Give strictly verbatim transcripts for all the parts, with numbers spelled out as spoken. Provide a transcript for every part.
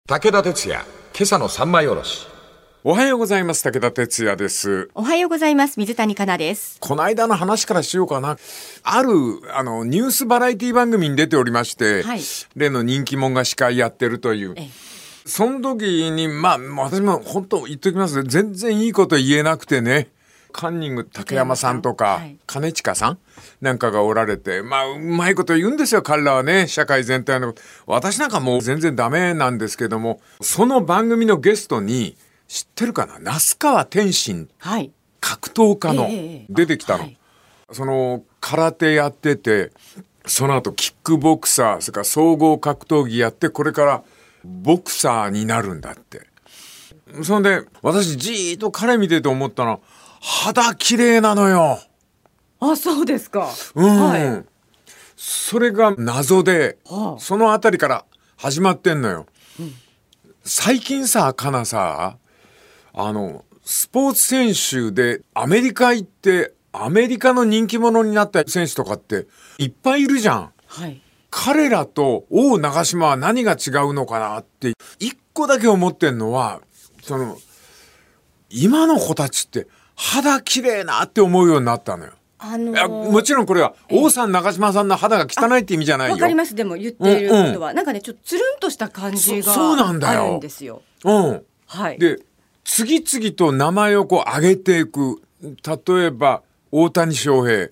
武田鉄矢、今朝の三枚おろし。 おはようございます。武田鉄矢です。 おはようございます。水谷香奈です。 この間の話からしようかな。あるあのニュースバラエティ番組に出ておりまして、はい、例の人気者が司会やってるという。ええ、その時にまあ私も本当言っときますね、全然いいこと言えなくてね。カンニング竹山さんとか、はい、兼近さんなんかがおられて、まあうまいこと言うんですよ、彼らはね、社会全体のこと。私なんかもう全然ダメなんですけども、その番組のゲストに知ってるかな、那須川天心、はい、格闘家の、えー、出てきたの、はい、その空手やってて、その後キックボクサー、それから総合格闘技やって、これからボクサーになるんだって。そんで私じーっと彼見てて思ったの、肌綺麗なのよ。 あ、そうですか。 うん、はい、それが謎で、はあ、そのあたりから始まってんのよ、うん、最近さ、かなさ、あのスポーツ選手でアメリカ行ってアメリカの人気者になった選手とかっていっぱいいるじゃん、はい、彼らと王長島は何が違うのかなって一個だけ思ってんのは、その今の子たちって肌綺麗なって思うようになったのよ。あのー、いやもちろんこれは王さん長嶋さんの肌が汚いって意味じゃないよ。 わかります。でも言っていることは、うんうん、なんかね、ちょっとつるんとした感じがあるんですよ。 うん、はい。で次々と名前をこう上げていく。例えば大谷翔平、はい、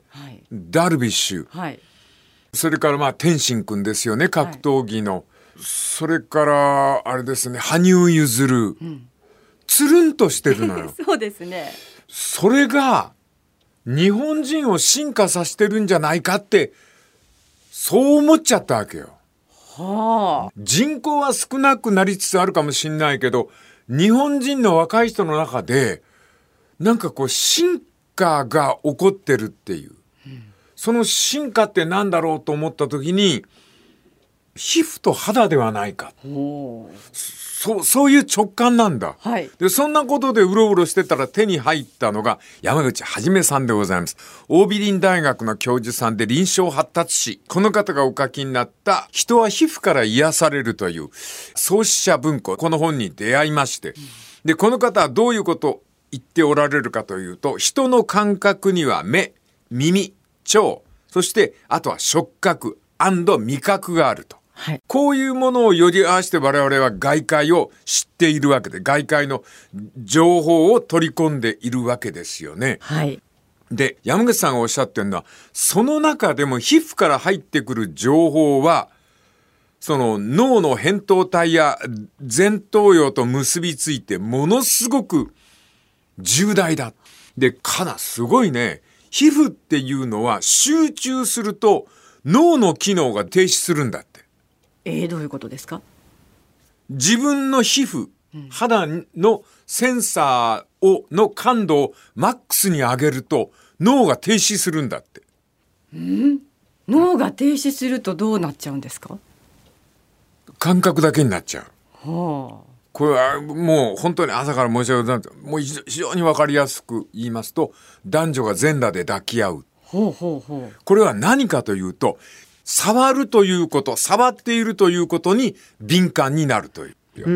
ダルビッシュ、はい、それからまあ天心くんですよね、格闘技の、はい、それからあれですね、羽生結弦、うん、つるんとしてるのよ。 そうですね。 それが日本人を進化させてるんじゃないかってそう思っちゃったわけよ。はあ、人口は少なくなりつつあるかもしれないけど、日本人の若い人の中でなんかこう進化が起こってるっていう、うん、その進化ってなんだろうと思った時に、皮膚と肌ではないか、そ, そういう直感なんだ、はい、でそんなことでうろうろしてたら手に入ったのが山口一さんでございます。桜美林大学の教授さんで臨床発達士、この方がお書きになった人は皮膚から癒されるという創始者文庫、この本に出会いまして、でこの方はどういうことを言っておられるかというと、人の感覚には目、耳、腸、そしてあとは触覚&味覚があると、はい、こういうものをより合わせて我々は外界を知っているわけで、外界の情報を取り込んでいるわけですよね、はい、で山口さんがおっしゃってるのは、その中でも皮膚から入ってくる情報はその脳の扁桃体や前頭葉と結びついてものすごく重大だ。でかなすごいね、皮膚っていうのは集中すると脳の機能が停止するんだって。 えー、どういうことですか？ 自分の皮膚、うん、肌のセンサーをの感度をマックスに上げると脳が停止するんだって。 ん？脳が停止するとどうなっちゃうんですか？ 感覚だけになっちゃう。はあ、これはもう本当に朝から申し訳ない。もう非常に分かりやすく言いますと、男女が全裸で抱き合う。ほうほうほう。これは何かというと、触るということ、触っているということに敏感になるという。 うん、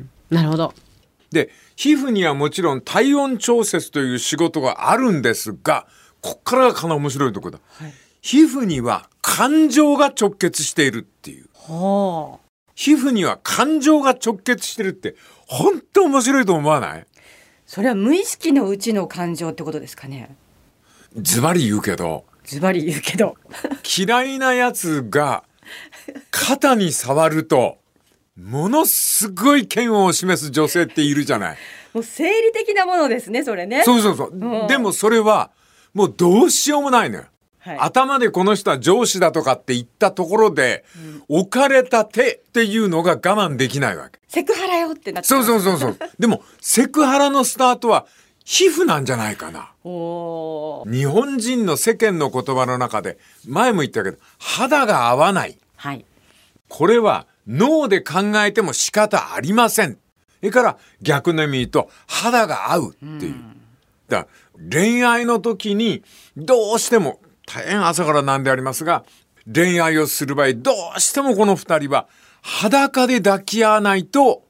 なるほど。 で、皮膚にはもちろん体温調節という仕事があるんですが、こっからがかなり面白いところだ、はい、皮膚には感情が直結しているっていう。はあ、皮膚には感情が直結してるって本当面白いと思わない？ それは無意識のうちの感情ってことですかね？ ズバリ言うけどズバリ言うけど嫌いなやつが肩に触るとものすごい嫌悪を示す女性っているじゃない。 もう生理的なものですね、それね。 そうそうそう、うん、でもそれはもうどうしようもないのよ、はい、頭でこの人は上司だとかって言ったところで、うん、置かれた手っていうのが我慢できないわけ。 セクハラよってなっちゃう。そうそうそうそうでもセクハラのスタートは皮膚なんじゃないかな。お日本人の世間の言葉の中で前も言ったけど肌が合わない、はい、これは脳で考えても仕方ありません。それから逆の意味と肌が合うっていう、うん、だから恋愛の時にどうしても大変朝からなんでありますが、恋愛をする場合どうしてもこの二人は裸で抱き合わないと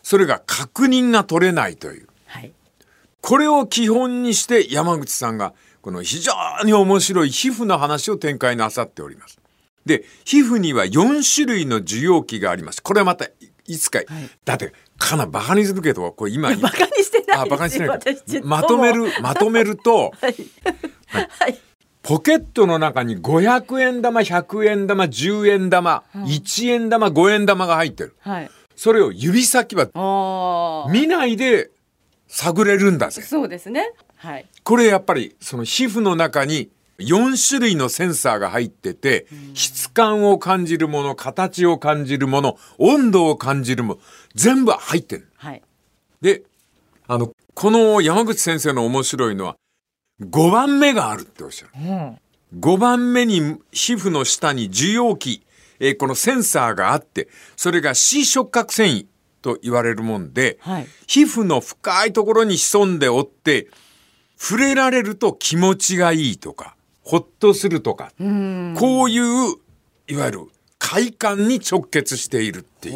それが確認が取れないという、 はい、 これを基本にして山口さんがこの非常に面白い皮膚の話を展開なさっております。で、皮膚にはよん種類の受容器があります。これはまたいつか、はい、だってかなバカにするけど、これ今バカにしてないですよ。 あ、バカにしてないまとめるまとめると、はいはいはい、ポケットの中にごひゃくえん玉、ひゃくえん玉、じゅうえん玉、うん、いちえん玉、ごえん玉が入ってる。はい、それを指先は見ないで探れるんだぜ。 そうですね。はい。 これやっぱりその皮膚の中によん種類のセンサーが入ってて、うん、質感を感じるもの、形を感じるもの、温度を感じるもの、全部入ってる。はい。で、あの、この山口先生の面白いのは、ごばんめがあるっておっしゃる。うん、ごばんめに皮膚の下に受容器、えー、このセンサーがあって、それが C 触覚繊維と言われるもんで、はい、皮膚の深いところに潜んでおって、触れられると気持ちがいいとか、ほっとするとか、うーん、こういういわゆる快感に直結しているっていう。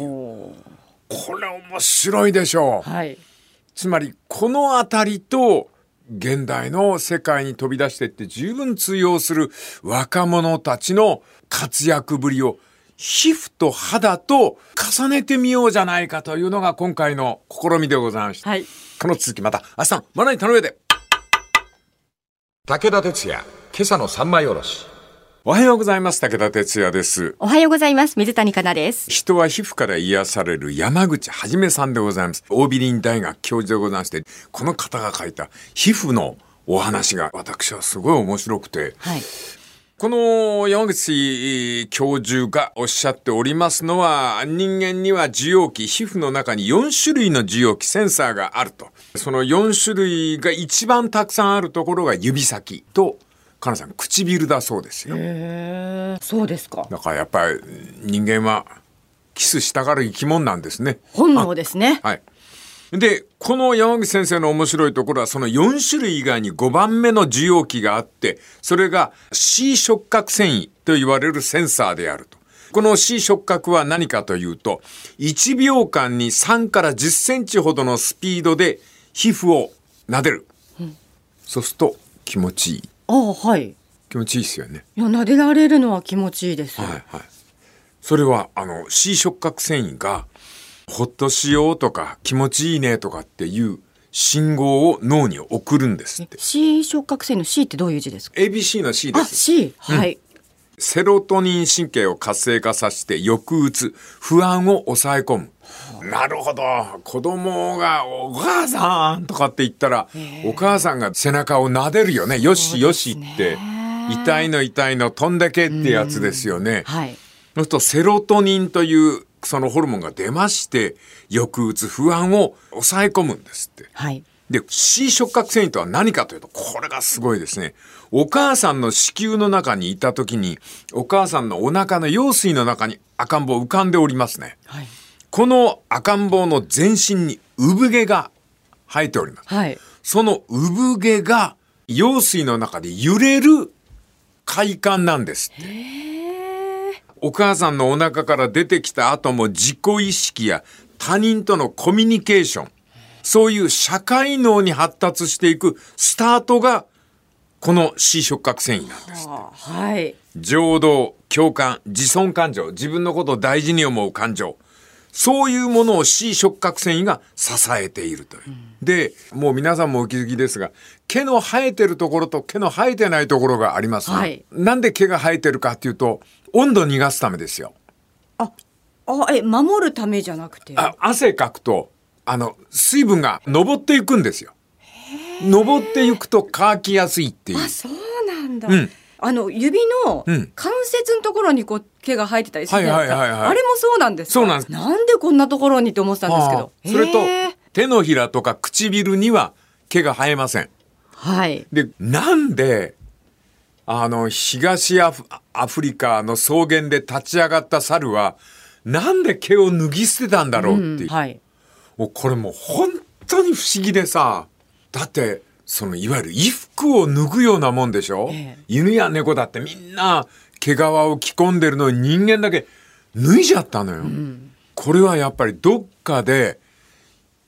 これ面白いでしょう。はい、つまりこのあたりと現代の世界に飛び出していって十分通用する若者たちの活躍ぶりを皮膚と肌と重ねてみようじゃないかというのが今回の試みでございました。はい、この続きまた明日のまな板の上で。 武田鉄矢、今朝の三枚おろし。 おはようございます。武田鉄矢です。 おはようございます。水谷香奈です。 人は皮膚から癒される山口はじめさんでございます。桜美林大学教授でございまして、この方が書いた皮膚のお話が私はすごい面白くて、はい、この山口教授がおっしゃっておりますのは、人間には受容器、皮膚の中によん種類の受容器、センサーがあると。そのよん種類が一番たくさんあるところが指先と、かなさん唇だそうですよ。 へー、そうですか。 だからやっぱり人間はキスしたがる生き物なんですね。 本能ですね。 はい。で、この山口先生の面白いところはそのよん種類以外にごばんめの受容器があって、それが C 触覚繊維と言われるセンサーであると。この C 触覚は何かというと、いちびょうかんにさんからじゅっセンチほどのスピードで皮膚を撫でる。うん、そうすると気持ちいい。 ああ、はい。 気持ちいいですよね。 いや、撫でられるのは気持ちいいです。 はいはい。それはあの C 触覚繊維がほっとしようとか気持ちいいねとかっていう信号を脳に送るんですって。 C 触覚繊維の C ってどういう字ですか？ エービーシー の C です。あ、 C、はい、うん。 セロトニン神経を活性化させて抑うつ、不安を抑え込む。なるほど。子供がお母さんとかって言ったら、お母さんが背中を撫でるよね。よしよしって。痛いの痛いの飛んでけってやつですよね。はい。そうするとセロトニンというそのホルモンが出まして、抑うつ、不安を抑え込むんですって。はい。で、C 触覚繊維とは何かというと、これがすごいですね。お母さんの子宮の中にいたときに、お母さんのお腹の羊水の中に赤ん坊浮かんでおりますね。はい。この赤ん坊の全身に産毛が生えております。はい。その産毛が羊水の中で揺れる快感なんですって。へー。お母さんのお腹から出てきた後も自己意識や他人とのコミュニケーション、そういう社会脳に発達していくスタートがこの C 触覚繊維なんですって。はい。情動、共感、自尊感情、自分のことを大事に思う感情、そういうものを C 触覚繊維が支えているという。うん、で、もう皆さんもお気づきですが、毛の生えてるところと毛の生えてないところがありますね。はい、なんで毛が生えてるかっていうと、温度逃がすためですよ。 あ、あ、え、守るためじゃなくて。 あ、汗かくと、あの、水分が上っていくんですよ。上っていくと乾きやすいっていう。 あ、そうなんだ。うん、あの指の関節のところにこう毛が生えてたりするじゃないですか。あれもそうなんですか？ そうなんです。 なんでこんなところにって思ってたんですけど。 それと手のひらとか唇には毛が生えません。はい。で、なんであの東アフ、アフリカの草原で立ち上がった猿はなんで毛を脱ぎ捨てたんだろうっていう。うん、はい。もうこれもう本当に不思議でさ。だってそのいわゆる衣服を脱ぐようなもんでしょ、ええ、犬や猫だってみんな毛皮を着込んでるのに人間だけ脱いじゃったのよ、うん、これはやっぱりどっかで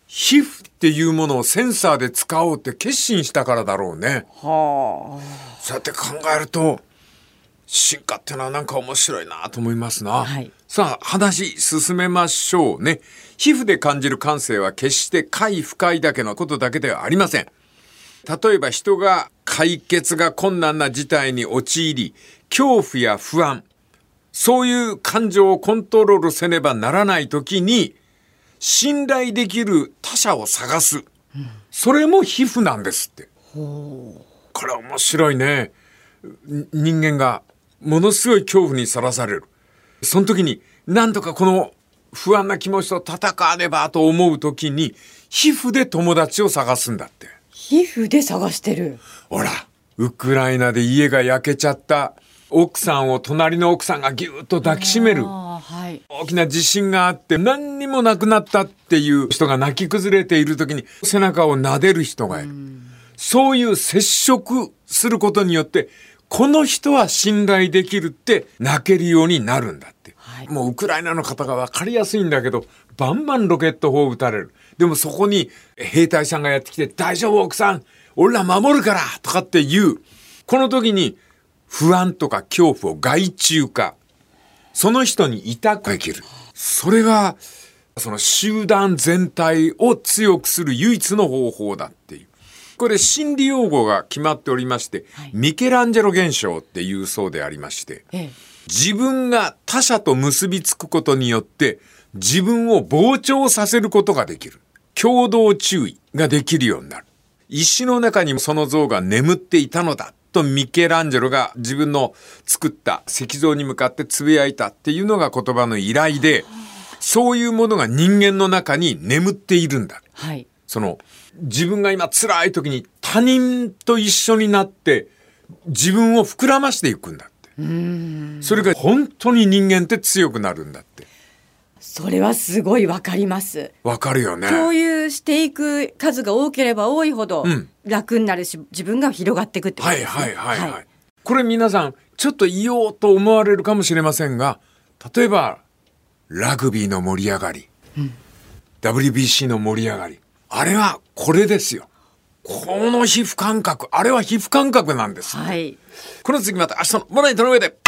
皮膚っていうものをセンサーで使おうって決心したからだろうね。はあ。そうやって考えると進化ってのはなんか面白いなと思いますな。はい、さあ話進めましょうね。皮膚で感じる感性は決して快不快だけのことだけではありません。例えば人が解決が困難な事態に陥り、恐怖や不安、そういう感情をコントロールせねばならないときに、信頼できる他者を探す、うん、それも皮膚なんですって。ほう、これは面白いね。人間がものすごい恐怖にさらされる。その時に何とかこの不安な気持ちと戦わねばと思う時に皮膚で友達を探すんだって。 皮膚で探してる。 ほら、ウクライナで家が焼けちゃった奥さんを隣の奥さんがぎゅっと抱きしめる、はい、大きな地震があって何にもなくなったっていう人が泣き崩れている時に背中を撫でる人がいる。そういう接触することによってこの人は信頼できるって泣けるようになるんだって、はい、もうウクライナの方が分かりやすいんだけどバンバンロケット砲を撃たれる。でもそこに兵隊さんがやってきて大丈夫奥さん俺ら守るからとかって言う。この時に不安とか恐怖を外注化、その人に委託できる。それがその集団全体を強くする唯一の方法だっていう。これ心理用語が決まっておりまして、はい、ミケランジェロ現象っていうそうでありまして、ええ、自分が他者と結びつくことによって自分を膨張させることができる。共同注意ができるようになる。石の中にその像が眠っていたのだとミケランジェロが自分の作った石像に向かってつぶやいたっていうのが言葉の依頼で、そういうものが人間の中に眠っているんだ。はい、その自分が今辛い時に他人と一緒になって自分を膨らましていくんだって。うーん、それが本当に人間って強くなるんだって。 それはすごいわかります。 わかるよね。 共有していく数が多ければ多いほど楽になるし、うん、自分が広がっていくってことですね。はいはいはいはい、はい、 これ皆さんちょっと言おうと思われるかもしれませんが、例えばラグビーの盛り上がり、うん、ダブリュービーシー の盛り上がり、あれはこれですよ。この皮膚感覚、あれは皮膚感覚なんです、はい、この次また明日のモナイトの上で。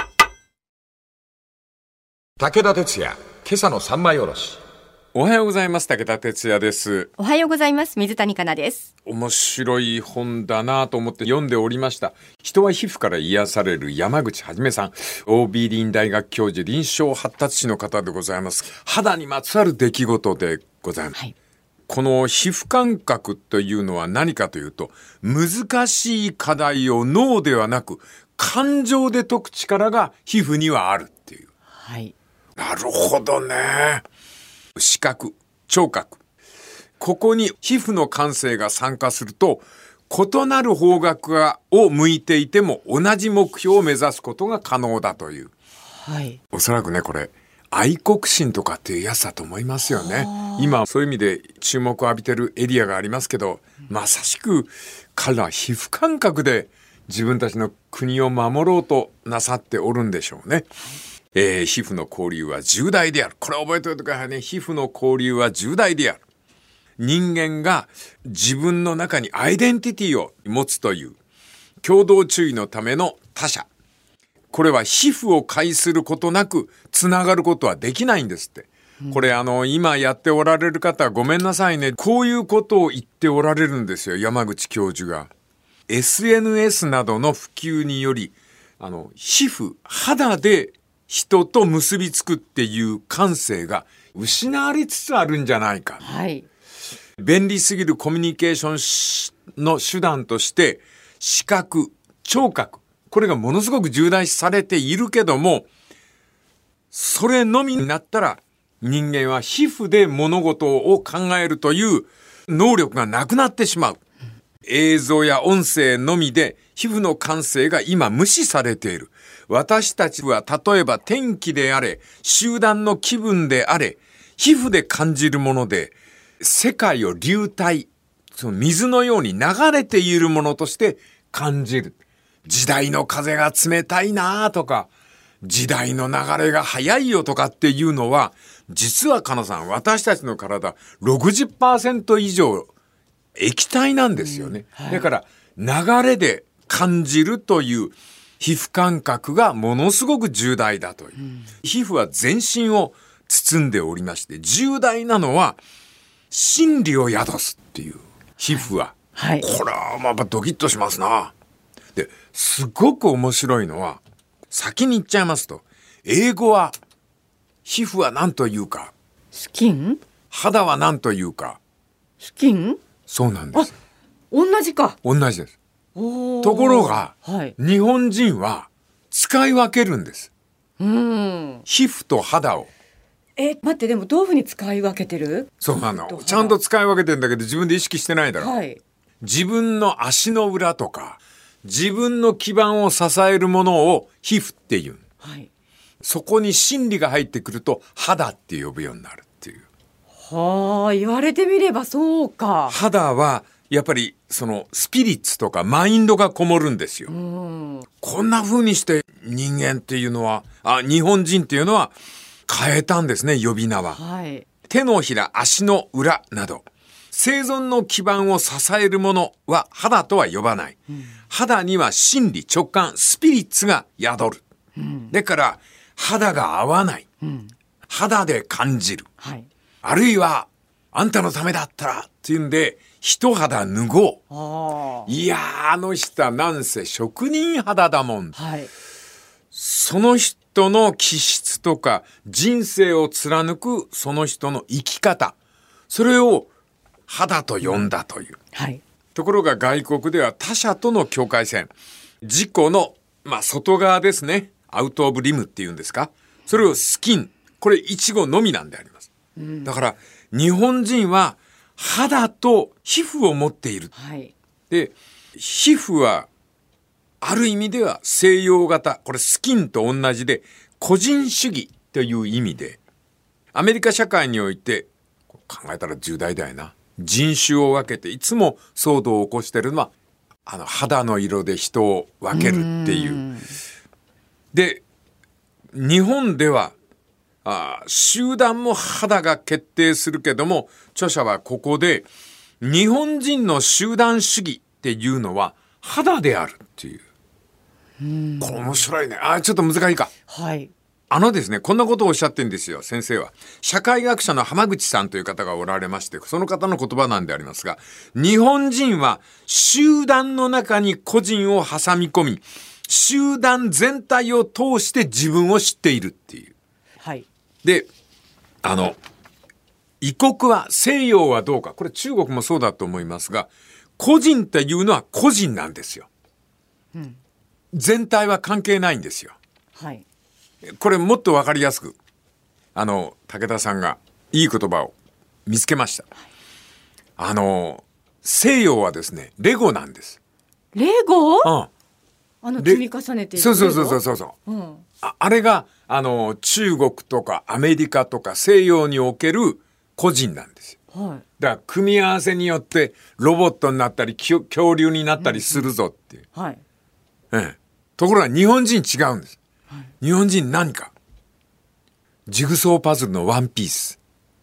武田鉄矢今朝の三枚おろし。 おはようございます。武田哲也です。 おはようございます。水谷香奈です。 面白い本だなと思って読んでおりました。人は皮膚から癒される山口はじめさん、 オービー 林大学教授、臨床発達士の方でございます。肌にまつわる出来事でございます、はい、この皮膚感覚というのは何かというと、難しい課題を脳ではなく感情で解く力が皮膚にはあるっていう、はい、なるほどね。視覚、聴覚、ここに皮膚の感性が参加すると、異なる方角を向いていても同じ目標を目指すことが可能だという、はい、おそらくねこれ愛国心とかっていうやつだと思いますよね。今そういう意味で注目を浴びてるエリアがありますけど、まさしく彼らは皮膚感覚で自分たちの国を守ろうとなさっておるんでしょうね。えー、皮膚の交流は重大である。これ覚えておいてくださいね。皮膚の交流は重大である。人間が自分の中にアイデンティティを持つという共同注意のための他者。これは皮膚を介することなくつながることはできないんですって。これあの今やっておられる方はごめんなさいね。こういうことを言っておられるんですよ。山口教授が。エスエヌエス などの普及により、あの皮膚、肌で人と結びつくっていう感性が失われつつあるんじゃないか、はい、便利すぎるコミュニケーションの手段として視覚、聴覚、これがものすごく重大視されているけども、それのみになったら人間は皮膚で物事を考えるという能力がなくなってしまう。映像や音声のみで皮膚の感性が今無視されている。私たちは例えば天気であれ、集団の気分であれ、皮膚で感じるもので、世界を流体、その水のように流れているものとして感じる。時代の風が冷たいなとか、時代の流れが速いよとかっていうのは、 実はかなさん、私たちの体 ろくじゅっパーセント 以上液体なんですよね、うんはい、だから流れで感じるという皮膚感覚がものすごく重大だという、うん、皮膚は全身を包んでおりまして、重大なのは心理を宿すっていう皮膚は、はいはい、これはまあドキッとしますな。ですごく面白いのは、先に言っちゃいますと、英語は皮膚は何というか、 スキン、 肌は何というか、 スキン、 そうなんです。 同じか。 同じです。ところが、はい、日本人は使い分けるんです。うん、皮膚と肌を。 え、待って、でもどういうふうに使い分けてる？ そうなの。ちゃんと使い分けてるんだけど自分で意識してないだろう、はい、自分の足の裏とか自分の基盤を支えるものを皮膚っていう、はい、そこに心理が入ってくると肌って呼ぶようになるっていう。 はあ、言われてみればそうか。 肌はやっぱりそのスピリッツとかマインドがこもるんですよ。うん、こんな風にして人間っていうのは、あ、日本人っていうのは変えたんですね、呼び名は、はい、手のひら、足の裏など生存の基盤を支えるものは肌とは呼ばない、うん、肌には心理、直感、スピリッツが宿る、うん、だから肌が合わない、うん、肌で感じる、はい、あるいはあんたのためだったらっていうんで一肌脱ごう。あ、いやー、あの人はなんせ職人肌だもん、はい、その人の気質とか人生を貫くその人の生き方、それを肌と呼んだという、はい、ところが外国では他者との境界線、自己の、まあ、外側ですね、アウトオブリムっていうんですか、それをスキン、これイチゴのみなんであります、うん、だから日本人は肌と皮膚を持っている、はい、で皮膚はある意味では西洋型、これスキンと同じで個人主義という意味で、アメリカ社会において考えたら重大だよな、人種を分けていつも騒動を起こしているのはあの肌の色で人を分けるっていう。うで日本ではあ集団も肌が決定するけども、著者はここで日本人の集団主義っていうのは肌であるっていう。うん、これ面白いね。あ、ちょっと難しいか。はい。あのですね、こんなことをおっしゃってるんですよ、先生は。社会学者の浜口さんという方がおられまして、その方の言葉なんでありますが、日本人は集団の中に個人を挟み込み、集団全体を通して自分を知っているっていう。はい。で、あの、異国は、西洋はどうか、これ中国もそうだと思いますが、個人っていうのは個人なんですよ。うん、全体は関係ないんですよ。はい。これもっとわかりやすく、あの武田さんがいい言葉を見つけました、はい、あの西洋はですね、レゴなんです。 レゴ？うん、あの積み重ねていく。 そうそうそうそうそう、うん、あ, あれがあの中国とかアメリカとか西洋における個人なんですよ、はい、だから組み合わせによってロボットになったり恐竜になったりするぞっていう、うんはいうん、ところが日本人違うんです。日本人何かジグソーパズルのワンピース、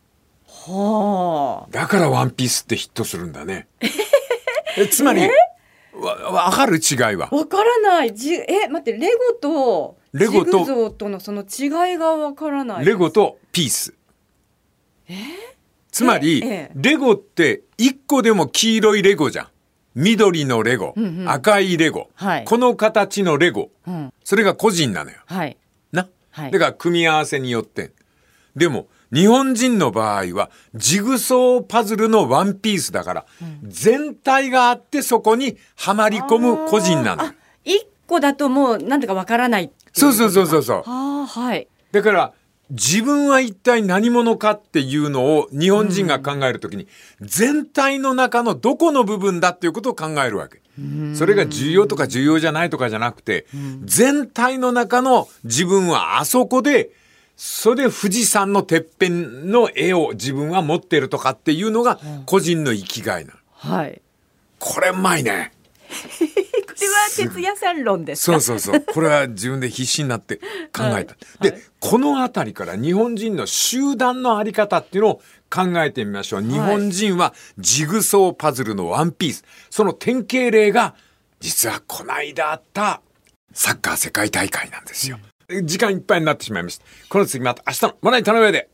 はあ、だからワンピースってヒットするんだねえつまりわ分かる違いは分からないじえ待ってレゴとレゴとジグゾーとのその違いが分からない。 レゴとピース、えつまり、ええ、レゴっていっこでも黄色いレゴじゃん、緑のレゴ、うんうん、赤いレゴ、はい、この形のレゴ、うん、それが個人なのよ、はいなはい、だから組み合わせによって。でも日本人の場合はジグソーパズルのワンピースだから、うん、全体があってそこにはまり込む個人なのよ。 いっこだともうなんとかわからないっていう。 そうそうそうそうそう。 あ、はい、 だから自分は一体何者かっていうのを日本人が考えるときに、うん、全体の中のどこの部分だっていうことを考えるわけ。それが重要とか重要じゃないとかじゃなくて、全体の中の自分はあそこで、それで富士山のてっぺんの絵を自分は持ってるとかっていうのが個人の生きがいなの、はい、これうまいね哲也さん論ですか。そうそうそう。これは自分で必死になって考えた。はい、で、はい、このあたりから日本人の集団のあり方っていうのを考えてみましょう。日本人はジグソーパズルのワンピース。その典型例が実はこの間あったサッカー世界大会なんですよ。うん、時間いっぱいになってしまいました。この次また明日のもらい頼む上で。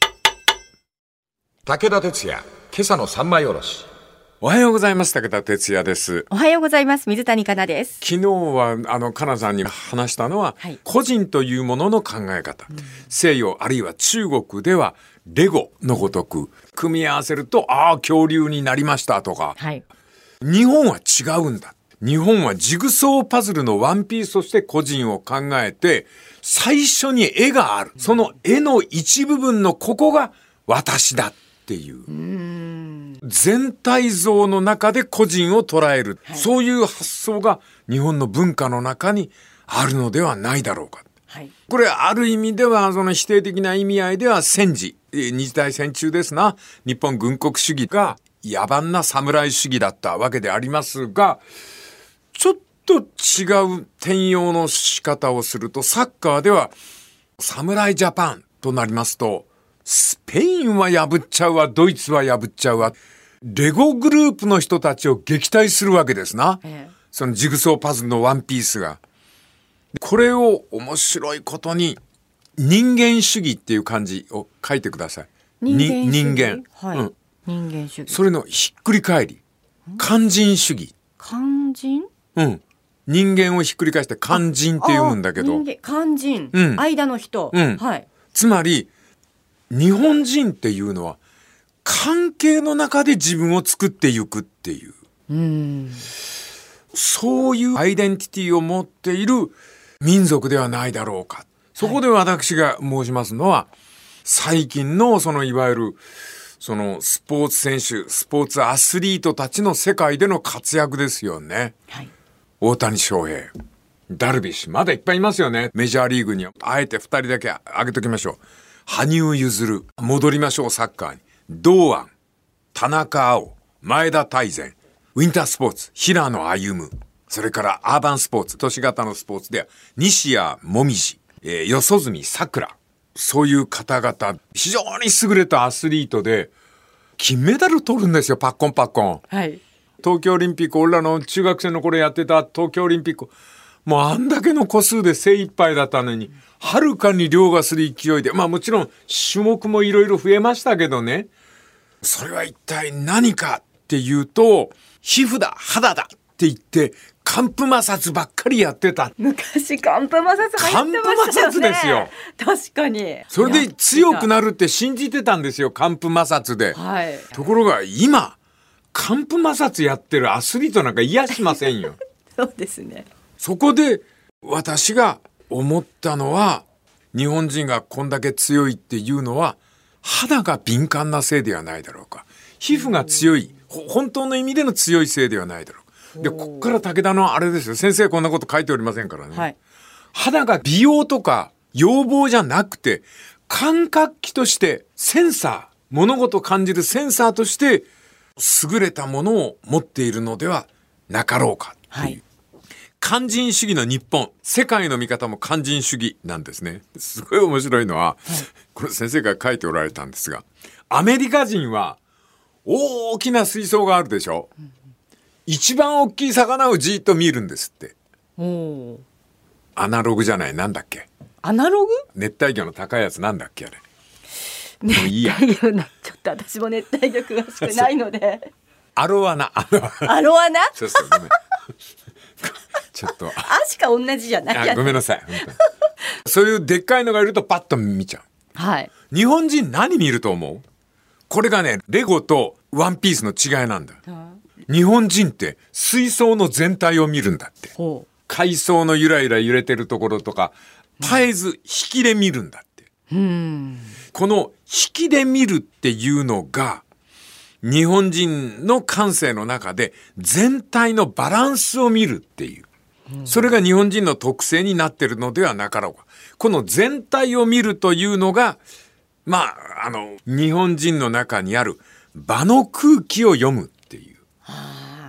武田鉄矢、今朝の三枚おろし。 おはようございます。武田鉄矢です。 おはようございます。水谷香奈です。 昨日はあの香奈さんに話したのは、はい、個人というものの考え方、うん、西洋あるいは中国ではレゴのごとく組み合わせるとああ恐竜になりましたとか、はい、日本は違うんだ。日本はジグソーパズルのワンピースとして個人を考えて、最初に絵がある、その絵の一部分のここが私だっていう、うーん、全体像の中で個人を捉える、はい、そういう発想が日本の文化の中にあるのではないだろうか、はい、これある意味ではその否定的な意味合いでは戦時、二次大戦中ですな、日本軍国主義が野蛮な侍主義だったわけでありますが、ちょっと違う転用の仕方をすると、サッカーでは侍ジャパンとなりますと、スペインは破っちゃうわ、ドイツは破っちゃうわ、レゴグループの人たちを撃退するわけですな、ええ、そのジグソーパズルのワンピースが。これを面白いことに人間主義っていう漢字を書いてください。 人間人間、 はい、うん、人間主義。 それのひっくり返り、肝心主義。 肝心？ うん。人間をひっくり返して肝心って読むんだけど。 肝心、うん、間の人、 うん、はい。つまり日本人っていうのは関係の中で自分を作っていくっていう、うーん、そういうアイデンティティを持っている民族ではないだろうか。そこで私が申しますのは、はい、最近のそのいわゆるそのスポーツ選手、スポーツアスリートたちの世界での活躍ですよね。はい、大谷翔平、ダルビッシュ、まだいっぱいいますよね。メジャーリーグにあえてふたりだけ挙げときましょう。羽生結弦、戻りましょうサッカーに。堂安、田中碧、前田大然、ウィンタースポーツ、平野歩夢、それからアーバンスポーツ、都市型のスポーツでは西矢椛、えー、四十住さくら、そういう方々、非常に優れたアスリートで金メダル取るんですよ、パッコンパッコン。はい。東京オリンピック、俺らの中学生の頃やってた東京オリンピック、もうあんだけの個数で精一杯だったのに、はるかに凌駕する勢いで、まあもちろん種目もいろいろ増えましたけどね、それは一体何かっていうと、皮膚だ、肌だって言って乾布摩擦ばっかりやってた。 昔乾布摩擦流行ってましたよね。乾布摩擦ですよ。確かに。 それで強くなるって信じてたんですよ、乾布摩擦で、はい、ところが今乾布摩擦やってるアスリートなんかいやしませんよ。 そうですね。 そこで私が思ったのは、日本人がこんだけ強いっていうのは肌が敏感なせいではないだろうか、皮膚が強い、本当の意味での強いせいではないだろうか。で、こっから武田のあれですよ、先生こんなこと書いておりませんからね、はい、肌が美容とか要望じゃなくて感覚器としてセンサー、物事を感じるセンサーとして優れたものを持っているのではなかろうかっていう、はい、肝心主義の日本、世界の見方も肝心主義なんですね。すごい面白いのは、はい、これ先生が書いておられたんですが、アメリカ人は大きな水槽があるでしょ、うん、一番大きい魚をじーっと見るんですって。おアナログじゃない、なんだっけ、 アナログ、 熱帯魚の高いやつなんだっけあれ。 熱帯魚な、ちょっと私も熱帯魚詳しくないのでアロワナ、 アロワナそうそう、ごめんちょっとあしか同じじゃない。 ごめんなさいそういうでっかいのがいるとパッと見ちゃう、はい、日本人何見ると思う？これがね、レゴとワンピースの違いなんだ。日本人って水槽の全体を見るんだって。海藻のゆらゆら揺れてるところとか絶えず引きで見るんだって。うん、この引きで見るっていうのが日本人の感性の中で全体のバランスを見るっていう、それが日本人の特性になっているのではなかろうか。この全体を見るというのが、まあ、あの日本人の中にある場の空気を読むっていう、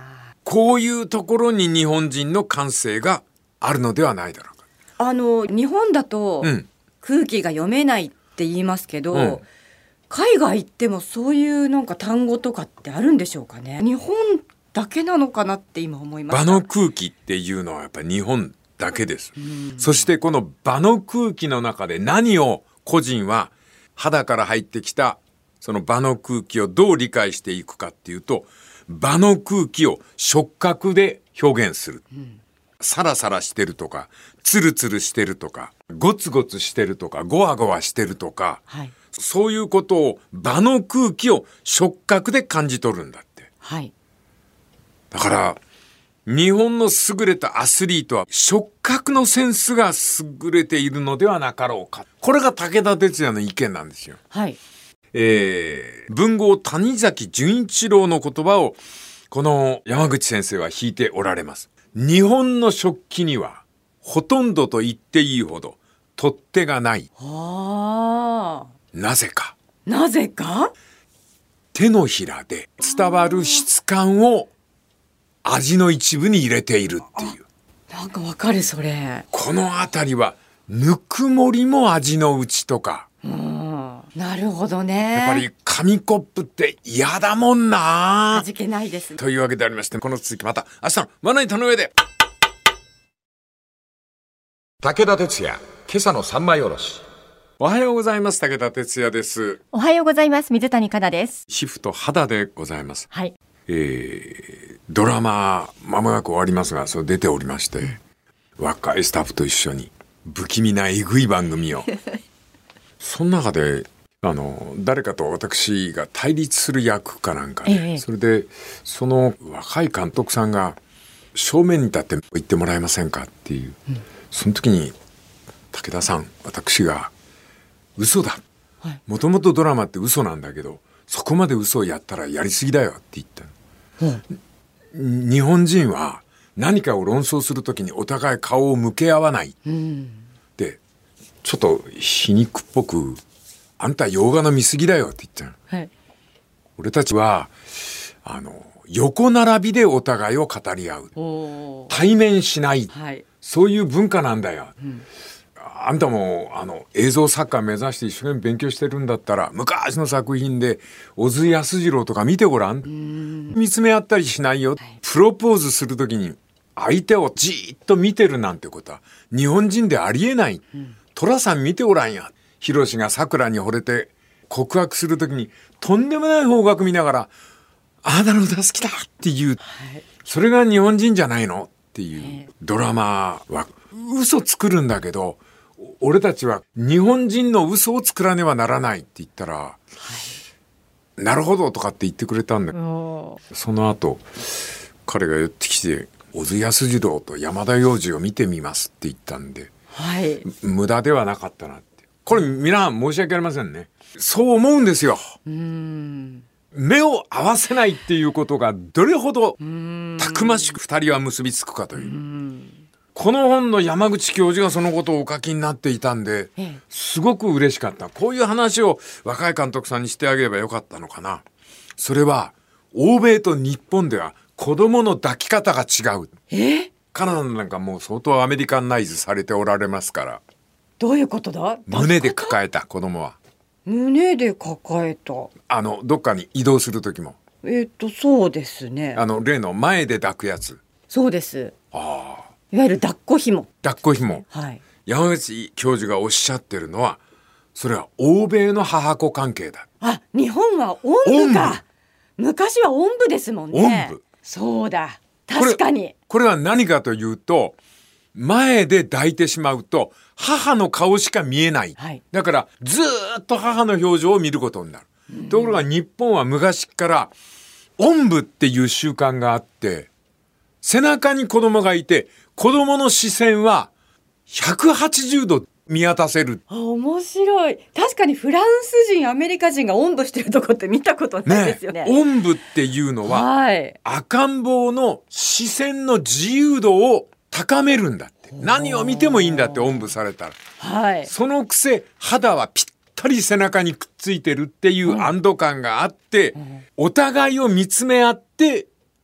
こういうところに日本人の感性があるのではないだろうか。 あの日本だと空気が読めないって言いますけど、うん、海外行ってもそういうなんか単語とかってあるんでしょうかね。日本だけなのかなって今思いました。 場の空気っていうのはやっぱり日本だけです。そしてこの場の空気の中で何を個人は肌から入ってきたその場の空気をどう理解していくかっていうと、場の空気を触覚で表現する、うん、サラサラしてるとかツルツルしてるとかゴツゴツしてるとかゴワゴワしてるとか、はい、そういうことを場の空気を触覚で感じ取るんだって、はい、だから日本の優れたアスリートは触覚のセンスが優れているのではなかろうか。これが武田鉄矢の意見なんですよ。はい。えー、文豪谷崎潤一郎の言葉をこの山口先生は引いておられます。日本の食器にはほとんどと言っていいほど取っ手がない。はあ。なぜか。 なぜか。 手のひらで伝わる質感を味の一部に入れているっていう。 なんかわかるそれ。 このあたりはぬくもりも味のうちとか。 うん、なるほどね。 やっぱり紙コップって嫌だもんな。 味気ないです。 というわけでありまして、この続きまた明日のまな板の上で。 武田鉄矢、今朝の三枚おろし。 おはようございます。武田鉄矢です。 おはようございます。水谷香奈です。 皮膚と肌でございます。 はい。 えー、ドラマ間もなく終わりますが、それ出ておりまして、うん、若いスタッフと一緒に不気味なえぐい番組をその中であの誰かと私が対立する役かなんかで、ええ、それでその若い監督さんが正面に立って言ってもらえませんかっていう、うん、その時に武田さん、私が嘘だ、もともとドラマって嘘なんだけどそこまで嘘をやったらやりすぎだよって言ったの。うん、日本人は何かを論争するときにお互い顔を向け合わない、うん、でちょっと皮肉っぽくあんた洋画の見過ぎだよって言ったの、はい、俺たちはあの横並びでお互いを語り合う、対面しない、はい、そういう文化なんだよ、うん、あんたもあの映像作家目指して一生懸命勉強してるんだったら昔の作品で小津安二郎とか見てごらん、ん見つめ合ったりしないよ、はい、プロポーズするときに相手をじーっと見てるなんてことは日本人でありえない、うん、寅さん見てごらんや。ヒロシが桜に惚れて告白するときにとんでもない方角見ながらあなたの歌好きだっていう、はい、それが日本人じゃないのっていう。ドラマは嘘作るんだけど俺たちは日本人の嘘を作らねばならないって言ったら、はい、なるほどとかって言ってくれたんだけど、その後彼が寄ってきて小津安二郎と山田洋次を見てみますって言ったんで、はい、無駄ではなかったなって。これ皆申し訳ありませんね。そう思うんですよ。うーん、目を合わせないっていうことがどれほどたくましく二人は結びつくかという。うーん、この本の山口教授がそのことをお書きになっていたんで、すごく嬉しかった。こういう話を若い監督さんにしてあげればよかったのかな。それは欧米と日本では子供の抱き方が違う。え？カナダなんかもう相当アメリカンナイズされておられますから。 どういうことだ？ 胸で抱えた子供は。 胸で抱えた。 あのどっかに移動する時も。 えっとそうですね。 あの例の前で抱くやつ。 そうです。ああ。いわゆる抱っこ紐。 抱っこ紐。はい。山口教授がおっしゃってるのは、それは欧米の母子関係だ。 あ、日本はおんぶか。昔はおんぶですもんね。おんぶ。そうだ。確かに。これ、 これは何かというと、前で抱いてしまうと母の顔しか見えない、はい、だからずっと母の表情を見ることになる、うん、ところが日本は昔からおんぶっていう習慣があって、背中に子供がいて子供の視線はひゃくはちじゅうど見渡せる。 面白い。確かにフランス人アメリカ人がおんぶしてるとこって見たことないですよね。 おんぶっていうのは、はい、赤ん坊の視線の自由度を高めるんだって。何を見てもいいんだって、おんぶされたら、はい、そのくせ肌はぴったり背中にくっついてるっていう安堵感があって、うん、お互いを見つめ合って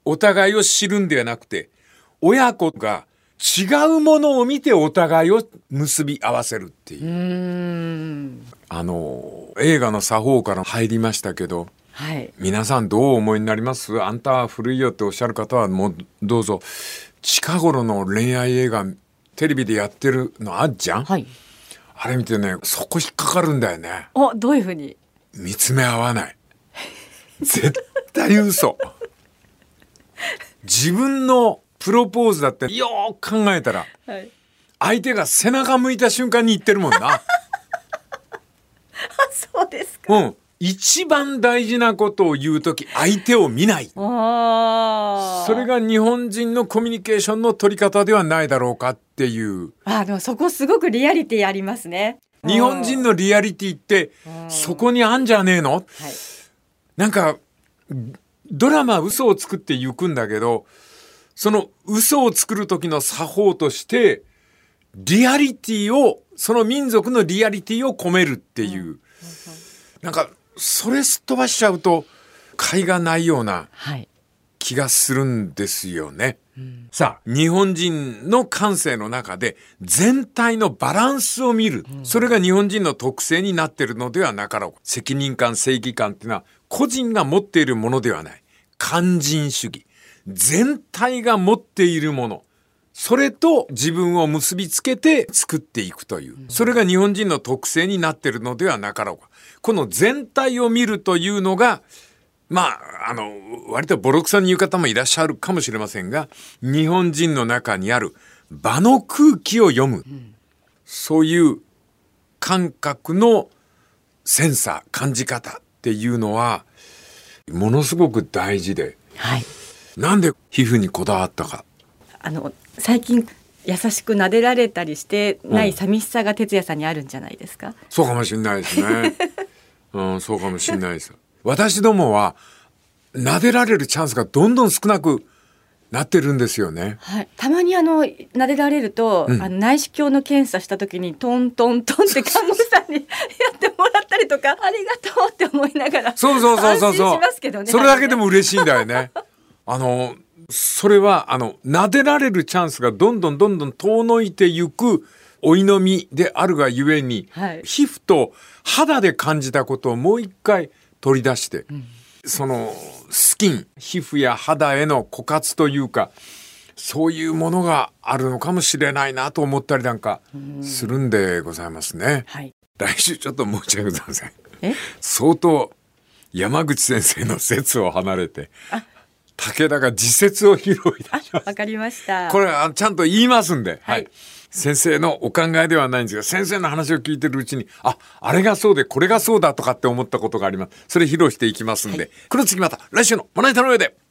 お互いを知るんではなくて、親子が違うものを見てお互いを結び合わせるっていう。うーん、あの映画の作法から入りましたけど、はい、皆さんどうお思いになります？あんたは古いよっておっしゃる方はもうどうぞ。近頃の恋愛映画テレビでやってるのあっじゃん、はい、あれ見てね、そこ引っかかるんだよね。 お、どういうふうに？ 見つめ合わない絶対嘘自分のプロポーズだってよく考えたら、はい、相手が背中向いた瞬間に言ってるもんなそうですか。 うん、一番大事なことを言うとき相手を見ない。あ、それが日本人のコミュニケーションの取り方ではないだろうかっていう。 あ、でもそこすごくリアリティありますね。 日本人のリアリティってそこにあんじゃねえの、はい、なんかドラマ嘘を作ってゆくんだけど、その嘘を作る時の作法としてリアリティを、その民族のリアリティを込めるっていう、うんうん、なんかそれすっ飛ばしちゃうと甲斐がないような気がするんですよね、はいうん、さあ日本人の感性の中で全体のバランスを見る、うん、それが日本人の特性になっているのではなかろうか。責任感、正義感っていうのは個人が持っているものではない。肝心主義、全体が持っているもの、それと自分を結びつけて作っていくという、それが日本人の特性になっているのではなかろうか。この全体を見るというのが、まあ、あの割とボロクソに言う方もいらっしゃるかもしれませんが、日本人の中にある場の空気を読む、うん、そういう感覚のセンサー、感じ方っていうのはものすごく大事で、はい、なんで皮膚にこだわったか。 あの最近優しく撫でられたりしてない寂しさが哲也さんにあるんじゃないですか、うん、 そうかもしれないですね、うん、そうかもしれないです。私どもは撫でられるチャンスがどんどん少なくなってるんですよね、 はい、たまにあの撫でられると、うん、あの内視鏡の検査した時にトントントンって看護師さんにやってもらったりとかありがとうって思いながらそうそうそうそうそう安心しますけどね。 それだけでも嬉しいんだよねあのそれはあの撫でられるチャンスがどんどんどんどん遠のいてゆくお祈りであるがゆえに、はい、皮膚と肌で感じたことをもう一回取り出して、うん、そのスキン、皮膚や肌への枯渇というか、そういうものがあるのかもしれないなと思ったりなんかするんでございますね、はい、来週ちょっと申し訳ございません。え相当山口先生の説を離れて武田が自説を披露いたします。 わかりました。 これはちゃんと言いますんで、はい、はい、先生のお考えではないんですが、先生の話を聞いてるうちに、あ、あれがそうでこれがそうだとかって思ったことがあります。それ披露していきますんで、はい、この次また来週のまな板の上で。